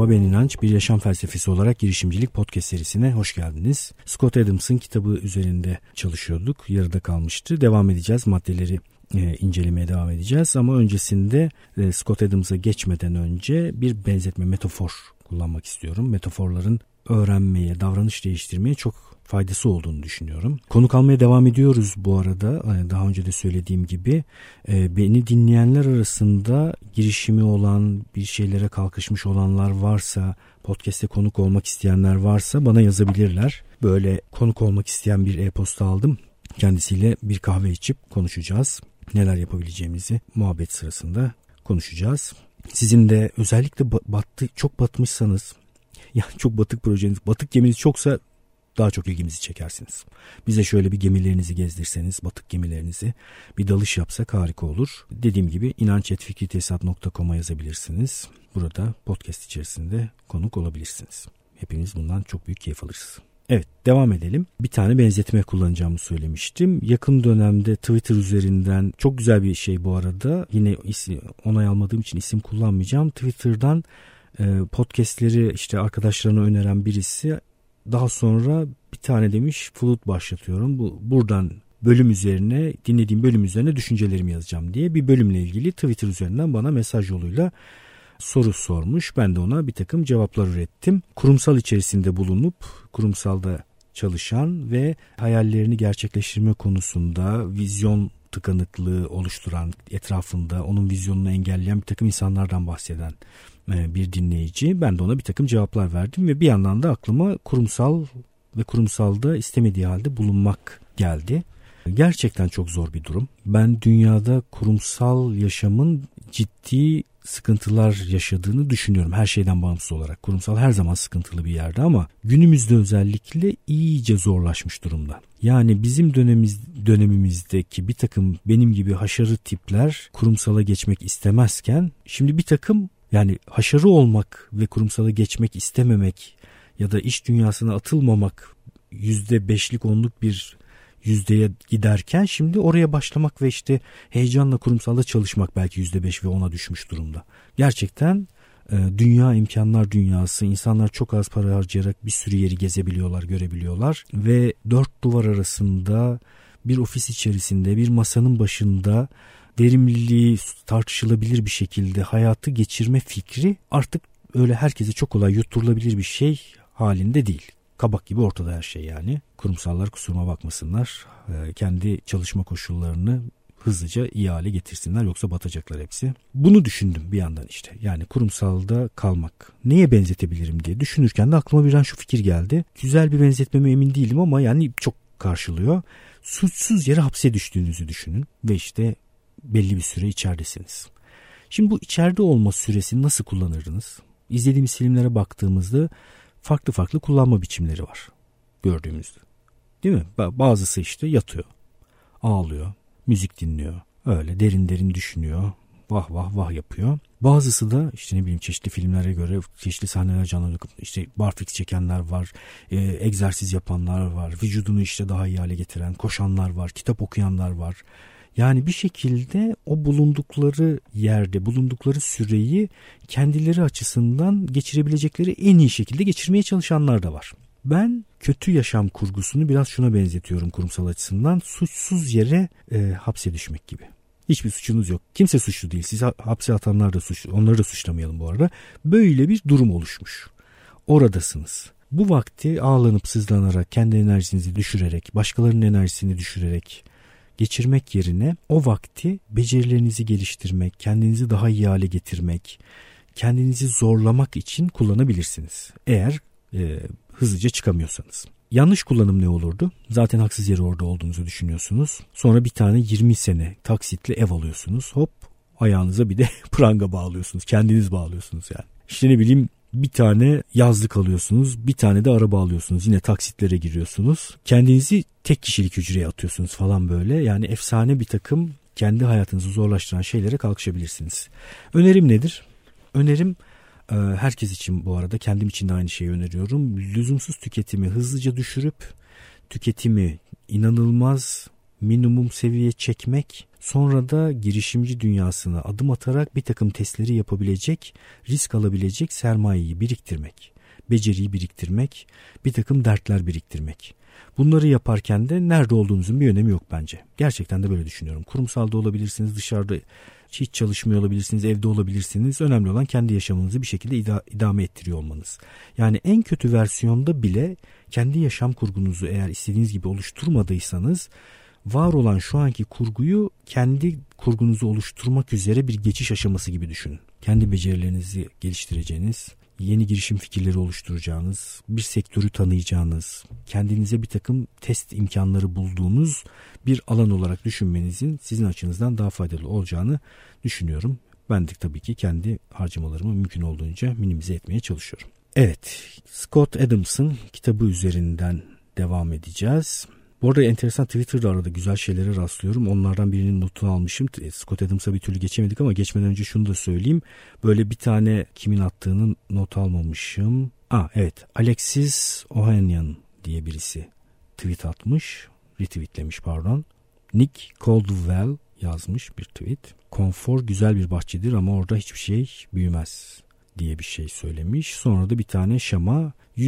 Merhaba, ben İnanç. Bir yaşam felsefesi olarak girişimcilik podcast serisine hoş geldiniz. Scott Adams'ın kitabı üzerinde çalışıyorduk. Yarıda kalmıştı. Devam edeceğiz. Maddeleri incelemeye devam edeceğiz. Ama öncesinde Scott Adams'a geçmeden önce bir benzetme, metafor kullanmak istiyorum. Metaforların öğrenmeye, davranış değiştirmeye çok faydası olduğunu düşünüyorum. Konuk almaya devam ediyoruz bu arada. Daha önce de söylediğim gibi beni dinleyenler arasında girişimi olan, bir şeylere kalkışmış olanlar varsa, podcast'te konuk olmak isteyenler varsa bana yazabilirler. Böyle konuk olmak isteyen bir e-posta aldım. Kendisiyle bir kahve içip konuşacağız. Neler yapabileceğimizi muhabbet sırasında konuşacağız. Sizin de özellikle çok batmışsanız, yani çok batık projeniz, batık geminiz çoksa daha çok ilgimizi çekersiniz. Bize şöyle bir gemilerinizi gezdirseniz, batık gemilerinizi, bir dalış yapsak harika olur. Dediğim gibi inanç@fikriteesat.com'a yazabilirsiniz. Burada podcast içerisinde konuk olabilirsiniz. Hepimiz bundan çok büyük keyif alırız. Evet, devam edelim. Bir tane benzetme kullanacağımı söylemiştim. Yakın dönemde Twitter üzerinden, çok güzel bir şey bu arada. Yine onay almadığım için isim kullanmayacağım. Twitter'dan podcastleri işte arkadaşlarına öneren birisi daha sonra bir tane demiş, Flood başlatıyorum. Buradan dinlediğim bölüm üzerine düşüncelerimi yazacağım diye bir bölümle ilgili Twitter üzerinden bana mesaj yoluyla soru sormuş. Ben de ona bir takım cevaplar ürettim. Kurumsal içerisinde bulunup kurumsalda çalışan ve hayallerini gerçekleştirme konusunda vizyon tıkanıklığı oluşturan, etrafında onun vizyonunu engelleyen bir takım insanlardan bahseden bir dinleyici. Ben de ona bir takım cevaplar verdim ve bir yandan da aklıma kurumsal ve kurumsalda istemediği halde bulunmak geldi. Gerçekten çok zor bir durum. Ben dünyada kurumsal yaşamın ciddi sıkıntılar yaşadığını düşünüyorum. Her şeyden bağımsız olarak. Kurumsal her zaman sıkıntılı bir yerde ama günümüzde özellikle iyice zorlaşmış durumda. Yani bizim dönemimizdeki bir takım benim gibi haşarı tipler kurumsala geçmek istemezken şimdi bir takım, yani haşarı olmak ve kurumsala geçmek istememek ya da iş dünyasına atılmamak %5'lik 10'luk bir yüzdeye giderken şimdi oraya başlamak ve işte heyecanla kurumsalda çalışmak belki %5 ve 10'a düşmüş durumda. Gerçekten dünya imkanlar dünyası, insanlar çok az para harcayarak bir sürü yeri gezebiliyorlar, görebiliyorlar ve dört duvar arasında bir ofis içerisinde bir masanın başında verimliliği tartışılabilir bir şekilde hayatı geçirme fikri artık öyle herkese çok kolay yutturulabilir bir şey halinde değil. Kabak gibi ortada her şey yani. Kurumsallar kusuruma bakmasınlar. Kendi çalışma koşullarını hızlıca iyi hale getirsinler, yoksa batacaklar hepsi. Bunu düşündüm bir yandan işte. Yani kurumsalda kalmak. Neye benzetebilirim diye düşünürken de aklıma bir an şu fikir geldi. Güzel bir benzetmeme emin değilim ama yani çok karşılıyor. Suçsuz yere hapse düştüğünüzü düşünün ve işte belli bir süre içeridesiniz. Şimdi bu içeride olma süresini nasıl kullanırdınız? İzlediğimiz filmlere baktığımızda farklı farklı kullanma biçimleri var gördüğümüzde. Değil mi? Bazısı işte yatıyor, ağlıyor, müzik dinliyor, öyle derin derin düşünüyor, vah vah vah yapıyor. Bazısı da işte ne bileyim çeşitli filmlere göre çeşitli sahneler canlanıyor. İşte barfix çekenler var, egzersiz yapanlar var, vücudunu işte daha iyi hale getiren, koşanlar var, kitap okuyanlar var. Yani bir şekilde o bulundukları yerde, bulundukları süreyi kendileri açısından geçirebilecekleri en iyi şekilde geçirmeye çalışanlar da var. Ben kötü yaşam kurgusunu biraz şuna benzetiyorum kurumsal açısından. Suçsuz yere hapse düşmek gibi. Hiçbir suçunuz yok. Kimse suçlu değil. Sizi hapse atanlar da suçlu. Onları da suçlamayalım bu arada. Böyle bir durum oluşmuş. Oradasınız. Bu vakti ağlanıp sızlanarak, kendi enerjinizi düşürerek, başkalarının enerjisini düşürerek geçirmek yerine o vakti becerilerinizi geliştirmek, kendinizi daha iyi hale getirmek, kendinizi zorlamak için kullanabilirsiniz. Eğer hızlıca çıkamıyorsanız. Yanlış kullanım ne olurdu? Zaten haksız yere orada olduğunuzu düşünüyorsunuz. Sonra bir tane 20 sene taksitli ev alıyorsunuz. Hop, ayağınıza bir de pranga bağlıyorsunuz. Kendiniz bağlıyorsunuz yani. İşte ne bileyim, bir tane yazlık alıyorsunuz, bir tane de araba alıyorsunuz. Yine taksitlere giriyorsunuz. Kendinizi tek kişilik hücreye atıyorsunuz falan böyle. Yani efsane bir takım kendi hayatınızı zorlaştıran şeylere kalkışabilirsiniz. Önerim nedir? Önerim herkes için, bu arada kendim için de aynı şeyi öneriyorum. Lüzumsuz tüketimi hızlıca düşürüp tüketimi inanılmaz minimum seviyeye çekmek, Sonra da girişimci dünyasına adım atarak bir takım testleri yapabilecek, risk alabilecek sermayeyi biriktirmek, beceriyi biriktirmek, bir takım dertler biriktirmek. Bunları yaparken de nerede olduğunuzun bir önemi yok bence. Gerçekten de böyle düşünüyorum. Kurumsalda olabilirsiniz, dışarıda hiç çalışmıyor olabilirsiniz, evde olabilirsiniz. Önemli olan kendi yaşamınızı bir şekilde idame ettiriyor olmanız. Yani en kötü versiyonda bile kendi yaşam kurgunuzu eğer istediğiniz gibi oluşturmadıysanız, var olan şu anki kurguyu kendi kurgunuzu oluşturmak üzere bir geçiş aşaması gibi düşünün. Kendi becerilerinizi geliştireceğiniz, yeni girişim fikirleri oluşturacağınız, bir sektörü tanıyacağınız, kendinize bir takım test imkanları bulduğunuz bir alan olarak düşünmenizin sizin açınızdan daha faydalı olacağını düşünüyorum. Ben de tabii ki kendi harcamalarımı mümkün olduğunca minimize etmeye çalışıyorum. Evet, Scott Adams'ın kitabı üzerinden devam edeceğiz. Bu arada enteresan, Twitter'da arada güzel şeylere rastlıyorum. Onlardan birinin notunu almışım. Scott Adams'a bir türlü geçemedik ama geçmeden önce şunu da söyleyeyim. Böyle bir tane kimin attığını not almamışım. Evet, Alexis Ohanian diye birisi tweet atmış. Retweetlemiş pardon. Nick Caldwell yazmış bir tweet. Konfor güzel bir bahçedir ama orada hiçbir şey büyümez diye bir şey söylemiş. Sonra da bir tane şema,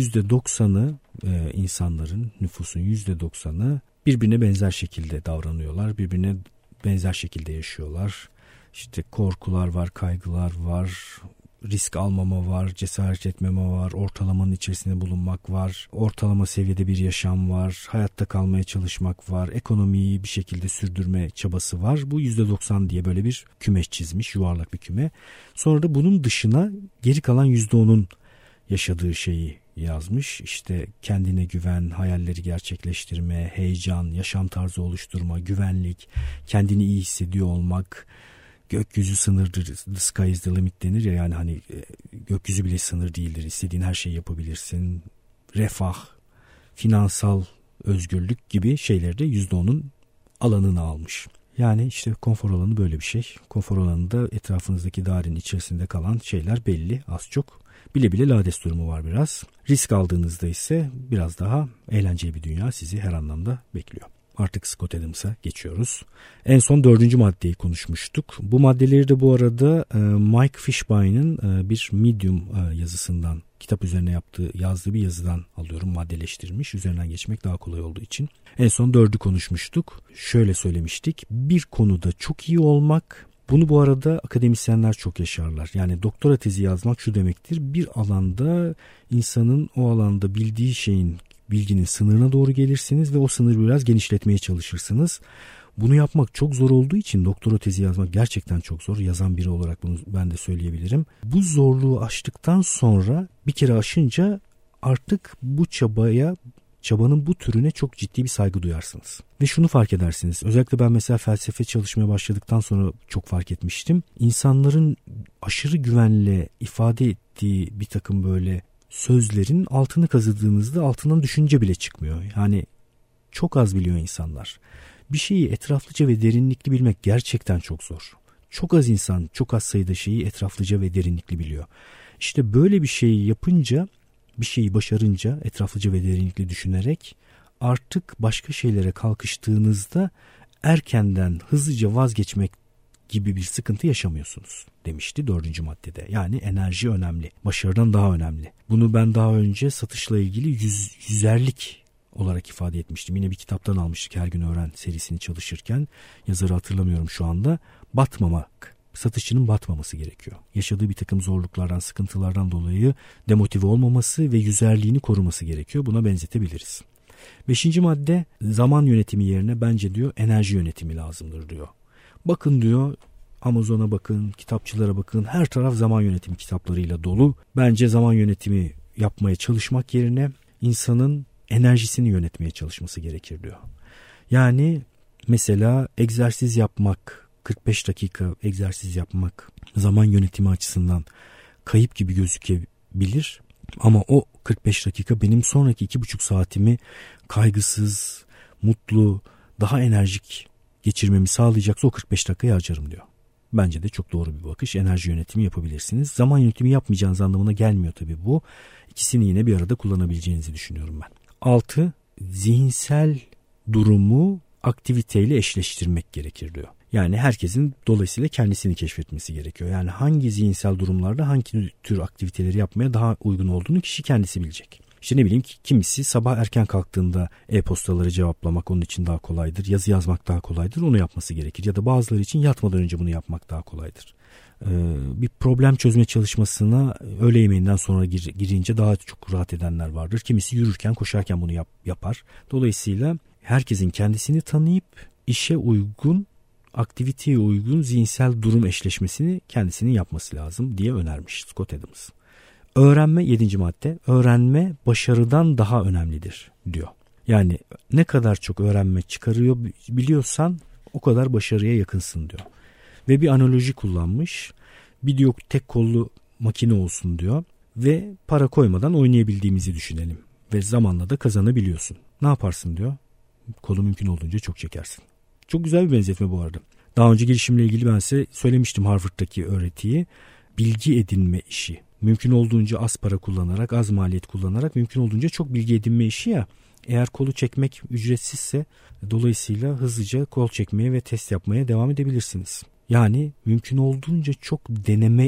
%90'ı insanların, nüfusun %90'ı birbirine benzer şekilde davranıyorlar. Birbirine benzer şekilde yaşıyorlar. İşte korkular var, kaygılar var, risk almama var, cesaret etmeme var, ortalamanın içerisinde bulunmak var, ortalama seviyede bir yaşam var, hayatta kalmaya çalışmak var, ekonomiyi bir şekilde sürdürme çabası var. Bu %90 diye böyle bir küme çizmiş, yuvarlak bir küme. Sonra da bunun dışına geri kalan %10'un yaşadığı şeyi yazmış. İşte kendine güven, hayalleri gerçekleştirme, heyecan, yaşam tarzı oluşturma, güvenlik, kendini iyi hissediyor olmak, gökyüzü sınırdır, the sky is the limit denir ya, yani hani gökyüzü bile sınır değildir, istediğin her şeyi yapabilirsin, refah, finansal özgürlük gibi şeyleri de %10'un alanını almış. Yani işte konfor alanı böyle bir şey. Konfor alanında etrafınızdaki dairenin içerisinde kalan şeyler belli, az çok. Bile bile lades durumu var biraz. Risk aldığınızda ise biraz daha eğlenceli bir dünya sizi her anlamda bekliyor. Artık Scott Adams'a geçiyoruz. En son 4. maddeyi konuşmuştuk. Bu maddeleri de bu arada Mike Fishbein'in bir Medium yazısından, kitap üzerine yazdığı bir yazıdan alıyorum. Maddeleştirmiş. Üzerinden geçmek daha kolay olduğu için. En son 4'ü konuşmuştuk. Şöyle söylemiştik. Bir konuda çok iyi olmak. Bunu bu arada akademisyenler çok yaşarlar. Yani doktora tezi yazmak şu demektir: bir alanda insanın o alanda bilginin sınırına doğru gelirsiniz ve o sınırı biraz genişletmeye çalışırsınız. Bunu yapmak çok zor olduğu için doktora tezi yazmak gerçekten çok zor. Yazan biri olarak bunu ben de söyleyebilirim. Bu zorluğu aştıktan sonra, bir kere aşınca artık bu çabanın bu türüne çok ciddi bir saygı duyarsınız. Ve şunu fark edersiniz. Özellikle ben mesela felsefe çalışmaya başladıktan sonra çok fark etmiştim. İnsanların aşırı güvenle ifade ettiği bir takım böyle sözlerin altını kazıdığınızda altından düşünce bile çıkmıyor. Yani çok az biliyor insanlar. Bir şeyi etraflıca ve derinlikli bilmek gerçekten çok zor. Çok az insan çok az sayıda şeyi etraflıca ve derinlikli biliyor. İşte böyle bir şeyi yapınca, bir şeyi başarınca etraflıca ve derinlikli düşünerek artık başka şeylere kalkıştığınızda erkenden hızlıca vazgeçmek gibi bir sıkıntı yaşamıyorsunuz demişti 4. maddede. Yani enerji önemli. Başarıdan daha önemli. Bunu ben daha önce satışla ilgili yüzerlik olarak ifade etmiştim. Yine bir kitaptan almıştık Her Gün Öğren serisini çalışırken. Yazarı hatırlamıyorum şu anda. Batmamak. Satışçının batmaması gerekiyor. Yaşadığı bir takım zorluklardan, sıkıntılardan dolayı demotive olmaması ve yüzerliğini koruması gerekiyor. Buna benzetebiliriz. 5. madde, zaman yönetimi yerine bence diyor enerji yönetimi lazımdır diyor. Bakın diyor, Amazon'a bakın, kitapçılara bakın, her taraf zaman yönetimi kitaplarıyla dolu. Bence zaman yönetimi yapmaya çalışmak yerine insanın enerjisini yönetmeye çalışması gerekir diyor. Yani mesela egzersiz yapmak, 45 dakika egzersiz yapmak zaman yönetimi açısından kayıp gibi gözükebilir. Ama o 45 dakika benim sonraki 2,5 saatimi kaygısız, mutlu, daha enerjik geçirmemi sağlayacaksa o 45 dakikayı harcarım diyor. Bence de çok doğru bir bakış. Enerji yönetimi yapabilirsiniz. Zaman yönetimi yapmayacağınız anlamına gelmiyor tabii bu. İkisini yine bir arada kullanabileceğinizi düşünüyorum ben. 6. Zihinsel durumu aktiviteyle eşleştirmek gerekir diyor. Yani herkesin dolayısıyla kendisini keşfetmesi gerekiyor. Yani hangi zihinsel durumlarda hangi tür aktiviteleri yapmaya daha uygun olduğunu kişi kendisi bilecek. İşte ne bileyim ki kimisi sabah erken kalktığında e-postaları cevaplamak onun için daha kolaydır. Yazı yazmak daha kolaydır. Onu yapması gerekir. Ya da bazıları için yatmadan önce bunu yapmak daha kolaydır. Bir problem çözme çalışmasına öğle yemeğinden sonra girince daha çok rahat edenler vardır. Kimisi yürürken, koşarken bunu yapar. Dolayısıyla herkesin kendisini tanıyıp işe uygun, aktiviteye uygun zihinsel durum eşleşmesini kendisinin yapması lazım diye önermiş Scott Adams. Öğrenme 7. madde. Öğrenme başarıdan daha önemlidir diyor. Yani ne kadar çok öğrenme çıkarıyor biliyorsan o kadar başarıya yakınsın diyor. Ve bir analoji kullanmış. Bir diyor tek kollu makine olsun diyor. Ve para koymadan oynayabildiğimizi düşünelim. Ve zamanla da kazanabiliyorsun. Ne yaparsın diyor. Kolu mümkün olduğunca çok çekersin. Çok güzel bir benzetme bu arada. Daha önce girişimle ilgili ben size söylemiştim Harvard'daki öğretiyi. Bilgi edinme işi. Mümkün olduğunca az para kullanarak, az maliyet kullanarak mümkün olduğunca çok bilgi edinme işi ya. Eğer kolu çekmek ücretsizse dolayısıyla hızlıca kol çekmeye ve test yapmaya devam edebilirsiniz. Yani mümkün olduğunca çok denemeye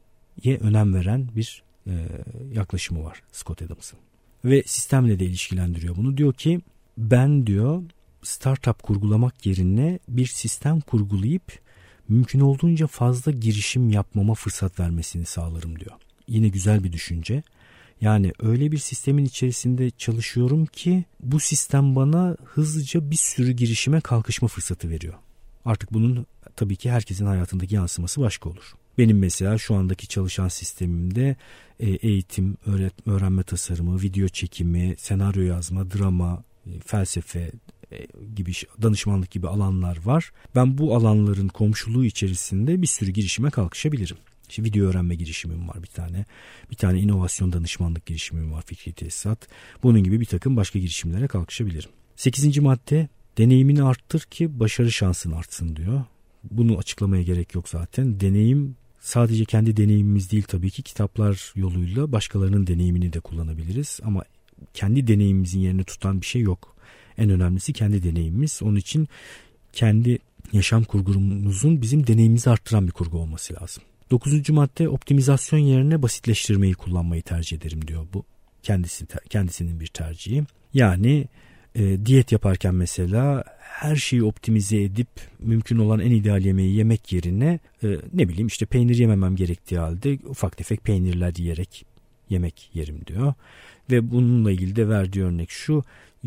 önem veren bir yaklaşımı var Scott Adams'ın. Ve sistemle de ilişkilendiriyor bunu. Diyor ki ben diyor startup kurgulamak yerine bir sistem kurgulayıp mümkün olduğunca fazla girişim yapmama fırsat vermesini sağlarım diyor. Yine güzel bir düşünce. Yani öyle bir sistemin içerisinde çalışıyorum ki bu sistem bana hızlıca bir sürü girişime kalkışma fırsatı veriyor. Artık bunun tabii ki herkesin hayatındaki yansıması başka olur. Benim mesela şu andaki çalışan sistemimde eğitim, öğrenme tasarımı, video çekimi, senaryo yazma, drama, felsefe gibi danışmanlık gibi alanlar var. Ben bu alanların komşuluğu içerisinde bir sürü girişime kalkışabilirim. İşte video öğrenme girişimim var bir tane. Bir tane inovasyon danışmanlık girişimim var, fikri tesisat. Bunun gibi bir takım başka girişimlere kalkışabilirim. 8. madde deneyimini arttır ki başarı şansın artsın diyor. Bunu açıklamaya gerek yok zaten. Deneyim sadece kendi deneyimimiz değil tabii ki kitaplar yoluyla başkalarının deneyimini de kullanabiliriz. Ama kendi deneyimimizin yerini tutan bir şey yok. En önemlisi kendi deneyimimiz. Onun için kendi yaşam kurgumuzun bizim deneyimimizi arttıran bir kurgu olması lazım. 9. madde optimizasyon yerine basitleştirmeyi kullanmayı tercih ederim diyor. Bu kendisinin bir tercihi. Yani diyet yaparken mesela her şeyi optimize edip mümkün olan en ideal yemeği yemek yerine ne bileyim işte peynir yememem gerektiği halde ufak tefek peynirler yiyerek yemek yerim diyor. Ve bununla ilgili de verdiği örnek şu: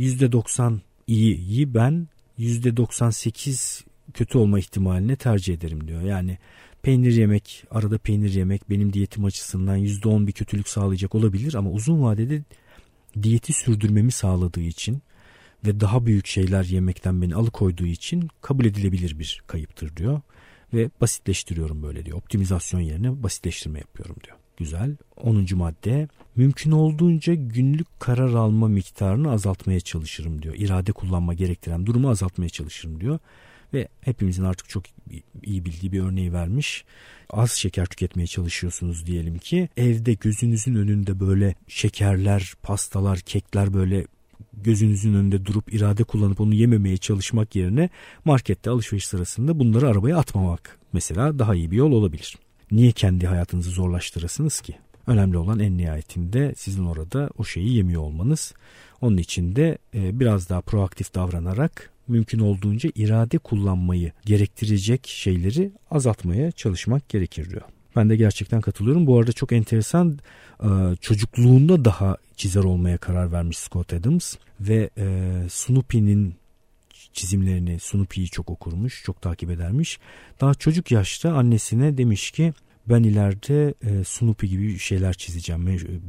%90 iyiyi ben %98 kötü olma ihtimaline tercih ederim diyor. Yani peynir yemek, arada peynir yemek benim diyetim açısından %10 bir kötülük sağlayacak olabilir ama uzun vadede diyeti sürdürmemi sağladığı için ve daha büyük şeyler yemekten beni alıkoyduğu için kabul edilebilir bir kayıptır diyor. Ve basitleştiriyorum böyle diyor. Optimizasyon yerine basitleştirme yapıyorum diyor. Güzel. 10. madde mümkün olduğunca günlük karar alma miktarını azaltmaya çalışırım diyor. İrade kullanma gerektiren durumu azaltmaya çalışırım diyor. Ve hepimizin artık çok iyi bildiği bir örneği vermiş. Az şeker tüketmeye çalışıyorsunuz diyelim ki. Evde gözünüzün önünde böyle şekerler, pastalar, kekler böyle gözünüzün önünde durup irade kullanıp onu yememeye çalışmak yerine markette alışveriş sırasında bunları arabaya atmamak mesela daha iyi bir yol olabilir. Niye kendi hayatınızı zorlaştırasınız ki? Önemli olan en nihayetinde sizin orada o şeyi yemiyor olmanız. Onun için de biraz daha proaktif davranarak mümkün olduğunca irade kullanmayı gerektirecek şeyleri azaltmaya çalışmak gerekir diyor. Ben de gerçekten katılıyorum. Bu arada çok enteresan, çocukluğunda daha çizer olmaya karar vermiş Scott Adams ve Snoopy'nin çizimlerini, Snoopy'yi çok okurmuş, çok takip edermiş. Daha çocuk yaşta annesine demiş ki ben ileride Snoopy gibi şeyler çizeceğim.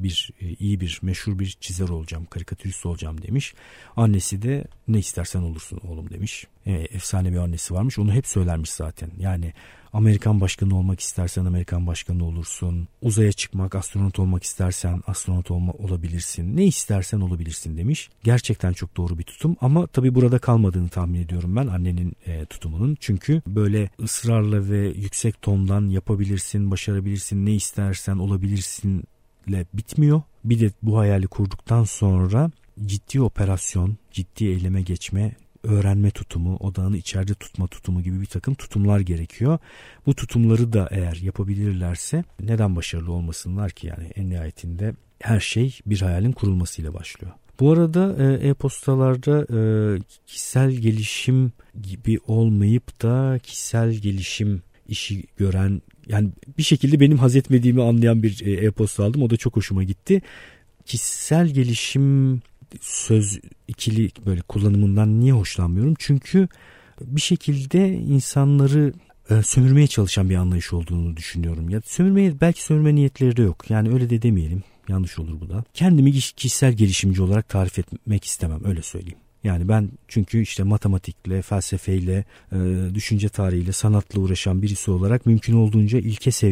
Meşhur bir çizer olacağım, karikatürist olacağım demiş. Annesi de ne istersen olursun oğlum demiş. Efsane bir annesi varmış. Onu hep söylermiş zaten. Yani Amerikan başkanı olmak istersen Amerikan başkanı olursun. Uzaya çıkmak, astronot olmak istersen astronot olabilirsin. Ne istersen olabilirsin demiş. Gerçekten çok doğru bir tutum ama tabii burada kalmadığını tahmin ediyorum ben annenin tutumunun. Çünkü böyle ısrarla ve yüksek tondan yapabilirsin, başarabilirsin, ne istersen olabilirsinle bitmiyor. Bir de bu hayali kurduktan sonra ciddi operasyon, ciddi eyleme geçme öğrenme tutumu, odağını içeride tutma tutumu gibi bir takım tutumlar gerekiyor. Bu tutumları da eğer yapabilirlerse neden başarılı olmasınlar ki? Yani en nihayetinde her şey bir hayalin kurulmasıyla başlıyor. Bu arada e-postalarda kişisel gelişim gibi olmayıp da kişisel gelişim işi gören, yani bir şekilde benim haz etmediğimi anlayan bir e-posta aldım. O da çok hoşuma gitti. Kişisel gelişim söz ikili böyle kullanımından niye hoşlanmıyorum? Çünkü bir şekilde insanları sömürmeye çalışan bir anlayış olduğunu düşünüyorum. Ya belki sömürme niyetleri de yok. Yani öyle de demeyelim. Yanlış olur bu da. Kendimi kişisel gelişimci olarak tarif etmek istemem, öyle söyleyeyim. Yani ben çünkü işte matematikle, felsefeyle, düşünce tarihiyle, sanatla uğraşan birisi olarak mümkün olduğunca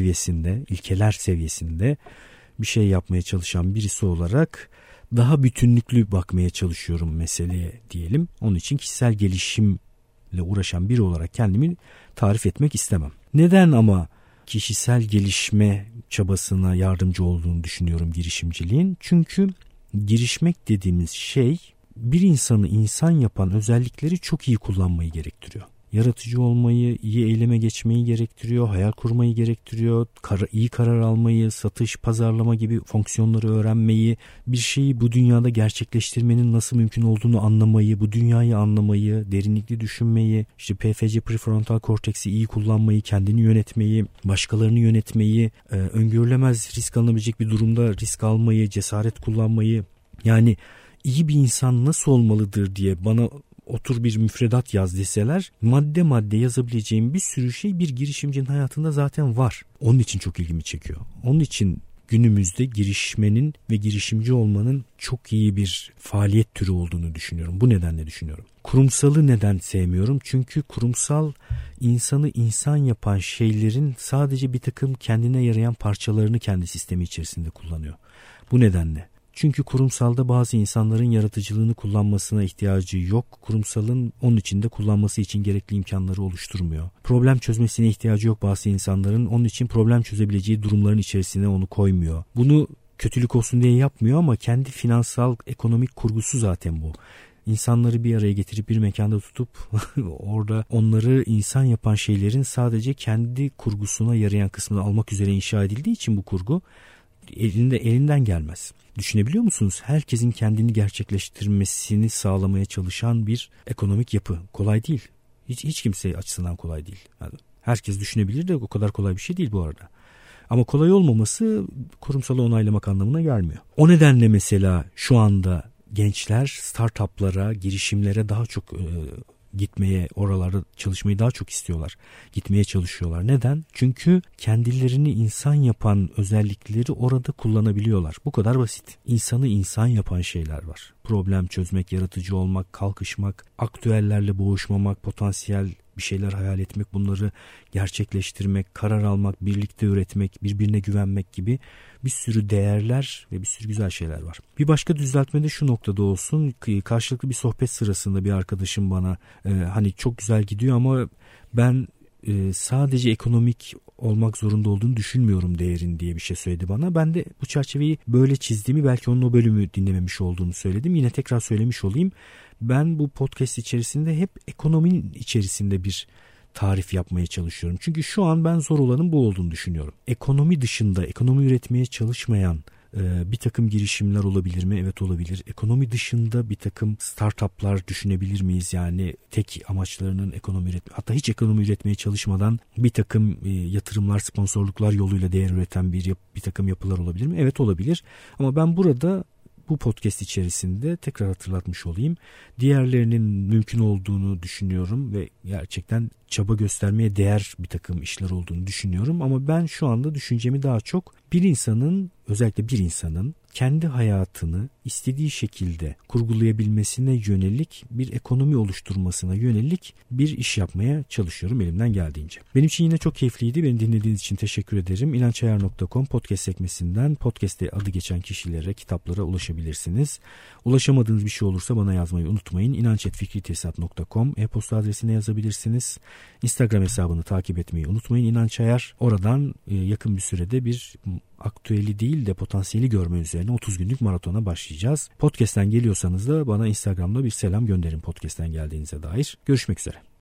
ilkeler seviyesinde bir şey yapmaya çalışan birisi olarak daha bütünlüklü bakmaya çalışıyorum meseleye diyelim. Onun için kişisel gelişimle uğraşan biri olarak kendimi tarif etmek istemem. Neden ama kişisel gelişme çabasına yardımcı olduğunu düşünüyorum girişimciliğin? Çünkü girişmek dediğimiz şey bir insanı insan yapan özellikleri çok iyi kullanmayı gerektiriyor. Yaratıcı olmayı, iyi eyleme geçmeyi gerektiriyor, hayal kurmayı gerektiriyor, iyi karar almayı, satış, pazarlama gibi fonksiyonları öğrenmeyi, bir şeyi bu dünyada gerçekleştirmenin nasıl mümkün olduğunu anlamayı, bu dünyayı anlamayı, derinlikli düşünmeyi, işte PFC prefrontal korteksi iyi kullanmayı, kendini yönetmeyi, başkalarını yönetmeyi, öngörülemez risk alınabilecek bir durumda risk almayı, cesaret kullanmayı, yani iyi bir insan nasıl olmalıdır diye bana otur bir müfredat yaz deseler, madde madde yazabileceğim bir sürü şey bir girişimcinin hayatında zaten var. Onun için çok ilgimi çekiyor. Onun için günümüzde girişmenin ve girişimci olmanın çok iyi bir faaliyet türü olduğunu düşünüyorum. Bu nedenle düşünüyorum. Kurumsalı neden sevmiyorum? Çünkü kurumsal insanı insan yapan şeylerin sadece bir takım kendine yarayan parçalarını kendi sistemi içerisinde kullanıyor. Bu nedenle. Çünkü kurumsalda bazı insanların yaratıcılığını kullanmasına ihtiyacı yok. Kurumsalın onun içinde kullanması için gerekli imkanları oluşturmuyor. Problem çözmesine ihtiyacı yok bazı insanların. Onun için problem çözebileceği durumların içerisine onu koymuyor. Bunu kötülük olsun diye yapmıyor ama kendi finansal, ekonomik kurgusu zaten bu. İnsanları bir araya getirip bir mekanda tutup orada onları insan yapan şeylerin sadece kendi kurgusuna yarayan kısmını almak üzere inşa edildiği için bu kurgu elinden gelmez. Düşünebiliyor musunuz? Herkesin kendini gerçekleştirmesini sağlamaya çalışan bir ekonomik yapı. Kolay değil. Hiç kimse açısından kolay değil. Yani herkes düşünebilir de o kadar kolay bir şey değil bu arada. Ama kolay olmaması kurumsalı onaylamak anlamına gelmiyor. O nedenle mesela şu anda gençler startuplara, girişimlere daha çok gitmeye, oralarda çalışmayı daha çok istiyorlar. Gitmeye çalışıyorlar. Neden? Çünkü kendilerini insan yapan özellikleri orada kullanabiliyorlar. Bu kadar basit. İnsanı insan yapan şeyler var. Problem çözmek, yaratıcı olmak, kalkışmak, aktüellerle boğuşmamak, potansiyel bir şeyler hayal etmek, bunları gerçekleştirmek, karar almak, birlikte üretmek, birbirine güvenmek gibi bir sürü değerler ve bir sürü güzel şeyler var. Bir başka düzeltme de şu noktada olsun. Karşılıklı bir sohbet sırasında bir arkadaşım bana hani çok güzel gidiyor ama ben sadece ekonomik olmak zorunda olduğunu düşünmüyorum değerin diye bir şey söyledi bana. Ben de bu çerçeveyi böyle çizdiğimi, belki onun o bölümü dinlememiş olduğunu söyledim. Yine tekrar söylemiş olayım. Ben bu podcast içerisinde hep ekonominin içerisinde bir tarif yapmaya çalışıyorum. Çünkü şu an ben zor olanın bu olduğunu düşünüyorum. Ekonomi dışında, ekonomi üretmeye çalışmayan bir takım girişimler olabilir mi? Evet, olabilir. Ekonomi dışında bir takım startuplar düşünebilir miyiz? Yani tek amaçlarının ekonomi üretmek, hatta hiç ekonomi üretmeye çalışmadan bir takım yatırımlar, sponsorluklar yoluyla değer üreten bir takım yapılar olabilir mi? Evet, olabilir. Ama ben burada bu podcast içerisinde tekrar hatırlatmış olayım. Diğerlerinin mümkün olduğunu düşünüyorum ve gerçekten çaba göstermeye değer bir takım işler olduğunu düşünüyorum. Ama ben şu anda düşüncemi daha çok özellikle bir insanın kendi hayatını istediği şekilde kurgulayabilmesine yönelik bir ekonomi oluşturmasına yönelik bir iş yapmaya çalışıyorum elimden geldiğince. Benim için yine çok keyifliydi. Beni dinlediğiniz için teşekkür ederim. İnançayar.com podcast sekmesinden podcast'te adı geçen kişilere, kitaplara ulaşabilirsiniz. Ulaşamadığınız bir şey olursa bana yazmayı unutmayın. inanç@fikritesat.com e-posta adresine yazabilirsiniz. Instagram hesabını takip etmeyi unutmayın. İnançayar. Oradan yakın bir sürede bir aktüeli değil de potansiyeli görme üzerine 30 günlük maratona başlayacağız. Podcast'ten geliyorsanız da bana Instagram'da bir selam gönderin podcast'ten geldiğinize dair. Görüşmek üzere.